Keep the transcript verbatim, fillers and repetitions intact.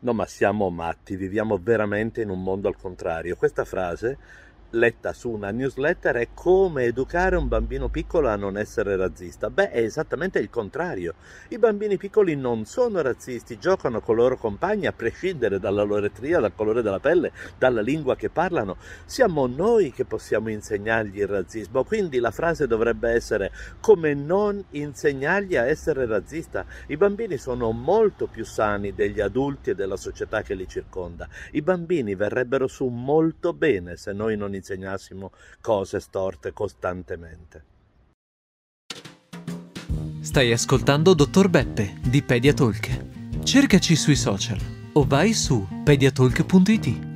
No, ma siamo matti, viviamo veramente in un mondo al contrario. Questa frase, letta su una newsletter, è come educare un bambino piccolo a non essere razzista. Beh, è esattamente il contrario. I bambini piccoli non sono razzisti, giocano con i loro compagni a prescindere dalla loro etnia, dal colore della pelle, dalla lingua che parlano. Siamo noi che possiamo insegnargli il razzismo, quindi la frase dovrebbe essere come non insegnargli a essere razzista. I bambini sono molto più sani degli adulti e della società che li circonda. I bambini verrebbero su molto bene se noi non insegnassimo cose storte costantemente. Stai ascoltando Dottor Beppe di Pediatalk. Cercaci sui social o vai su pediatalk punto it.